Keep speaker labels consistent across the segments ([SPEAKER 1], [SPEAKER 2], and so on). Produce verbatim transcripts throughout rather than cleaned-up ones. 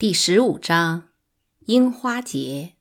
[SPEAKER 1] 第十五章樱花节。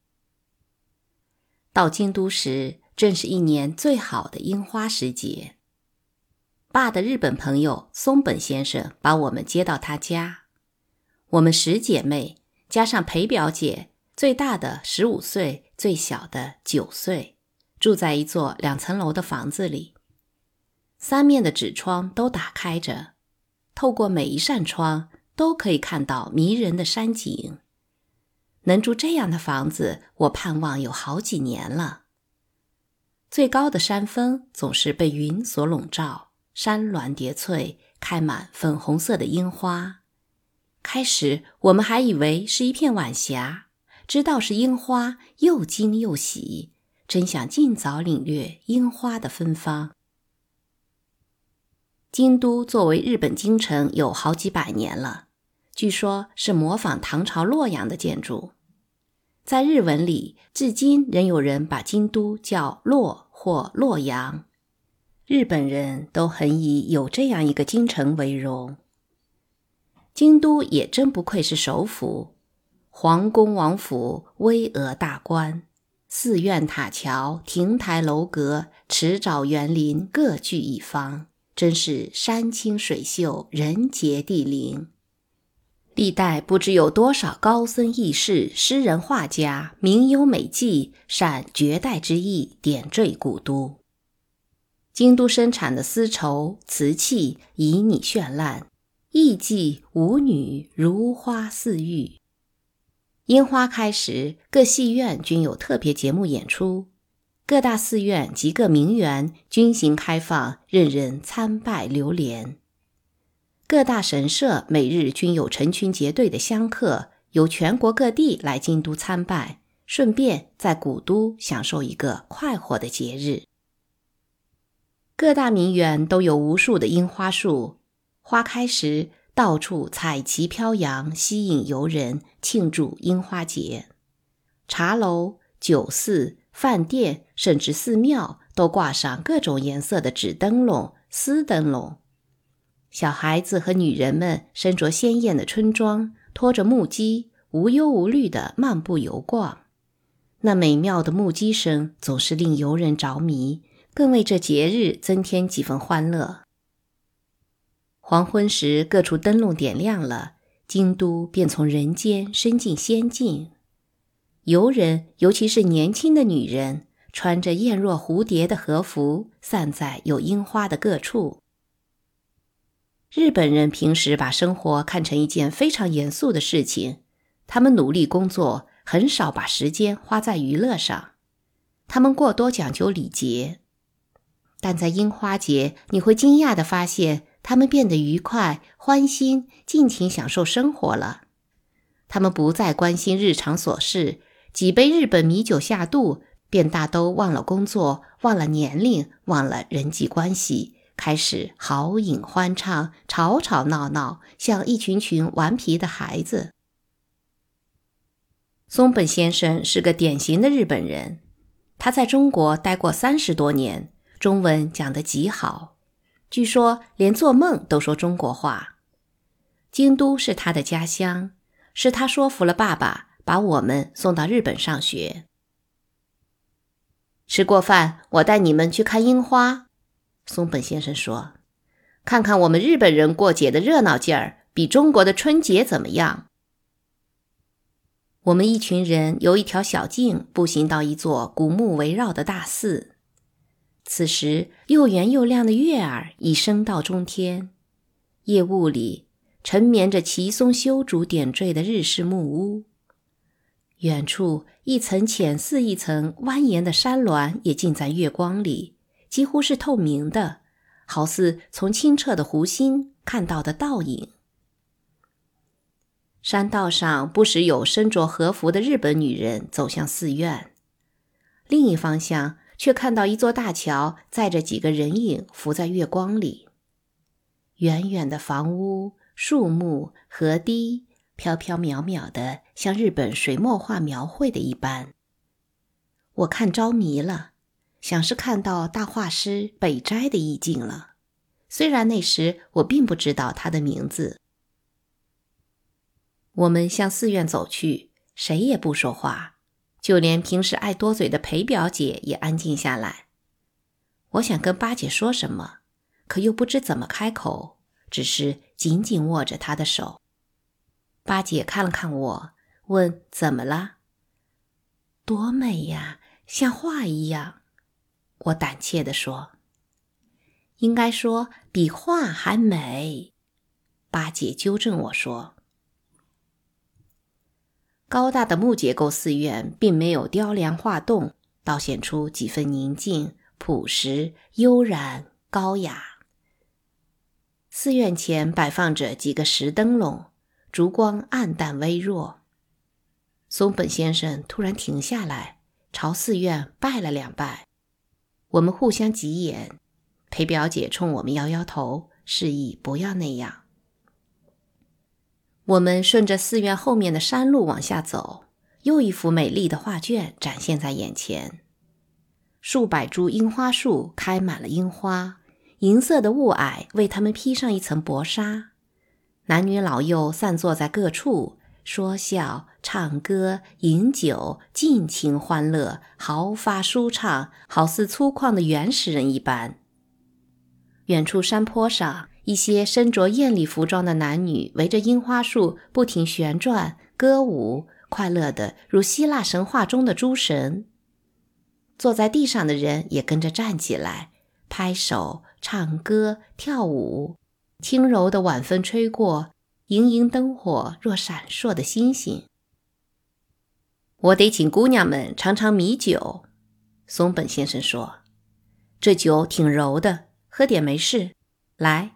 [SPEAKER 1] 到京都时，正是一年最好的樱花时节。爸的日本朋友松本先生把我们接到他家，我们十姐妹加上裴表姐，最大的十五岁，最小的九岁，住在一座两层楼的房子里。三面的纸窗都打开着，透过每一扇窗都可以看到迷人的山景。能住这样的房子，我盼望有好几年了。最高的山峰总是被云所笼罩，山峦叠翠，开满粉红色的樱花。开始我们还以为是一片晚霞，知道是樱花，又惊又喜，真想尽早领略樱花的芬芳。京都作为日本京城有好几百年了，据说是模仿唐朝洛阳的建筑。在日文里，至今仍有人把京都叫洛或洛阳。日本人都很以有这样一个京城为荣。京都也真不愧是首府，皇宫王府巍峨大观，寺院塔桥、亭台楼阁、池沼园林各具一方，真是山清水秀，人杰地灵。历代不知有多少高僧义士、诗人画家、名优美妓，善绝代之意，点缀古都。京都生产的丝绸、瓷器旖旎绚烂，艺妓舞女如花似玉。樱花开时，各戏院均有特别节目演出，各大寺院及各名园均行开放，任人参拜流连。各大神社每日均有成群结队的香客，由全国各地来京都参拜，顺便在古都享受一个快活的节日。各大名园都有无数的樱花树，花开时到处彩旗飘扬，吸引游人庆祝樱花节。茶楼、酒肆、饭店甚至寺庙都挂上各种颜色的纸灯笼、丝灯笼。小孩子和女人们身着鲜艳的春装，拖着木屐，无忧无虑地漫步游逛。那美妙的木屐声总是令游人着迷，更为这节日增添几分欢乐。黄昏时，各处灯笼点亮了，京都便从人间升进仙境。游人，尤其是年轻的女人，穿着艳若蝴蝶的和服，散在有樱花的各处。日本人平时把生活看成一件非常严肃的事情，他们努力工作，很少把时间花在娱乐上。他们过多讲究礼节，但在樱花节，你会惊讶地发现，他们变得愉快、欢欣，尽情享受生活了。他们不再关心日常琐事，几杯日本米酒下肚，便大都忘了工作，忘了年龄，忘了人际关系，开始豪饮欢唱，吵吵闹闹，像一群群顽皮的孩子。松本先生是个典型的日本人，他在中国待过三十多年，中文讲得极好，据说连做梦都说中国话。京都是他的家乡，是他说服了爸爸，把我们送到日本上学。吃过饭，我带你们去看樱花。松本先生说，看看我们日本人过节的热闹劲儿，比中国的春节怎么样？我们一群人由一条小径步行到一座古木围绕的大寺。此时又圆又亮的月儿已升到中天，夜雾里沉眠着奇松修竹点缀的日式木屋。远处一层浅似一层蜿蜒的山峦也浸在月光里，几乎是透明的，好似从清澈的湖心看到的倒影。山道上不时有身着和服的日本女人走向寺院，另一方向却看到一座大桥载着几个人影浮在月光里。远远的房屋、树木、河堤飘飘渺渺的，像日本水墨画描绘的一般。我看着迷了，像是看到大画师北斋的意境了，虽然那时我并不知道他的名字。 我们向寺院走去，谁也不说话，就连平时爱多嘴的裴表姐也安静下来。我想跟八姐说什么，可又不知怎么开口，只是紧紧握着她的手。八姐看了看我，问怎么了？多美呀，像画一样。我胆怯地说。应该说比画还美。八姐纠正我说。高大的木结构寺院并没有雕梁画栋，倒显出几分宁静、朴实、悠然、高雅。寺院前摆放着几个石灯笼，烛光暗淡微弱。松本先生突然停下来，朝寺院拜了两拜。我们互相挤眼，裴表姐冲我们摇摇头，示意不要那样。我们顺着寺院后面的山路往下走，又一幅美丽的画卷展现在眼前。数百株樱花树开满了樱花，银色的雾霭为它们披上一层薄纱。男女老幼散坐在各处，说笑、唱歌、饮酒，尽情欢乐，毫发舒畅，好似粗犷的原始人一般。远处山坡上，一些身着艳丽服装的男女围着樱花树不停旋转、歌舞，快乐的如希腊神话中的诸神。坐在地上的人也跟着站起来，拍手、唱歌、跳舞。轻柔的晚风吹过，莹莹灯火若闪烁的星星。我得请姑娘们尝尝米酒，松本先生说，这酒挺柔的，喝点没事。来。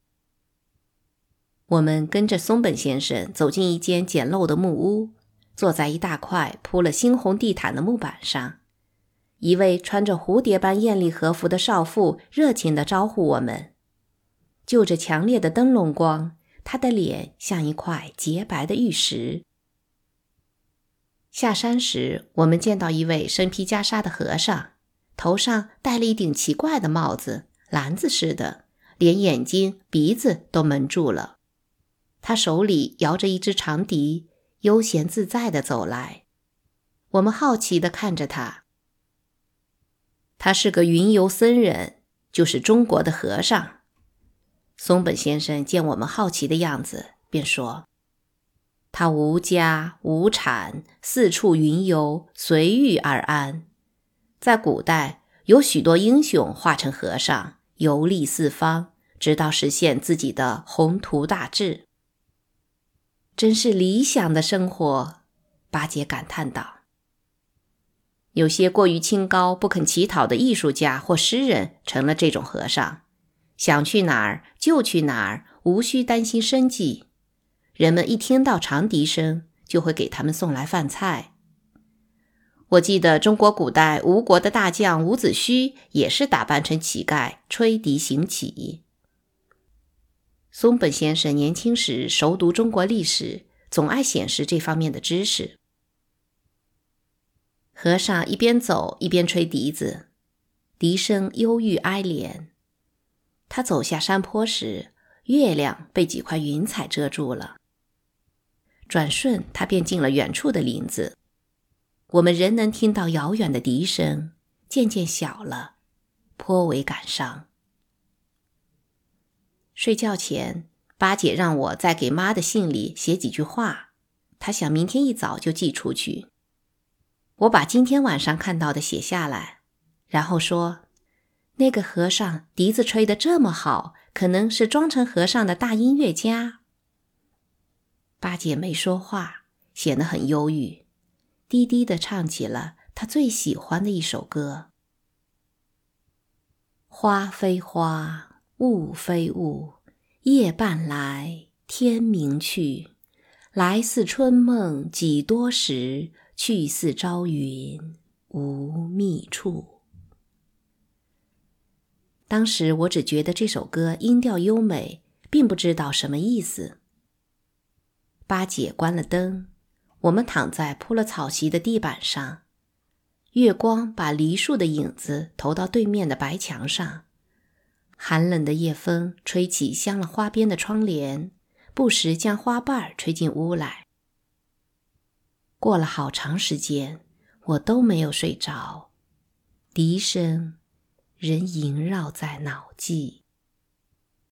[SPEAKER 1] 我们跟着松本先生走进一间简陋的木屋，坐在一大块铺了猩红地毯的木板上。一位穿着蝴蝶般艳丽和服的少妇热情地招呼我们。就着强烈的灯笼光，她的脸像一块洁白的玉石。下山时，我们见到一位身披袈裟的和尚，头上戴了一顶奇怪的帽子，篮子似的，连眼睛、鼻子都蒙住了。他手里摇着一只长笛，悠闲自在地走来。我们好奇地看着他。他是个云游僧人，就是中国的和尚。松本先生见我们好奇的样子，便说，他无家无产，四处云游，随遇而安。在古代，有许多英雄化成和尚，游历四方，直到实现自己的宏图大志。真是理想的生活，八姐感叹道。有些过于清高不肯乞讨的艺术家或诗人成了这种和尚，想去哪儿就去哪儿，无需担心生计。人们一听到长笛声，就会给他们送来饭菜。我记得中国古代吴国的大将伍子胥也是打扮成乞丐，吹笛行乞。松本先生年轻时熟读中国历史，总爱显示这方面的知识。和尚一边走一边吹笛子，笛声忧郁哀怜。他走下山坡时，月亮被几块云彩遮住了。转瞬他便进了远处的林子，我们仍能听到遥远的笛声，渐渐小了，颇为感伤。睡觉前，八姐让我在给妈的信里写几句话，她想明天一早就寄出去。我把今天晚上看到的写下来，然后说，那个和尚笛子吹得这么好，可能是装成和尚的大音乐家。八姐没说话，显得很忧郁，低低地唱起了她最喜欢的一首歌。花非花，雾非雾，夜半来，天明去，来似春梦几多时，去似朝云无觅处。当时我只觉得这首歌音调优美，并不知道什么意思。八姐关了灯，我们躺在铺了草席的地板上，月光把梨树的影子投到对面的白墙上。寒冷的夜风吹起镶了花边的窗帘， 不时将花瓣吹进屋来。过了好长时间，我都没有睡着，笛声仍萦绕在脑际。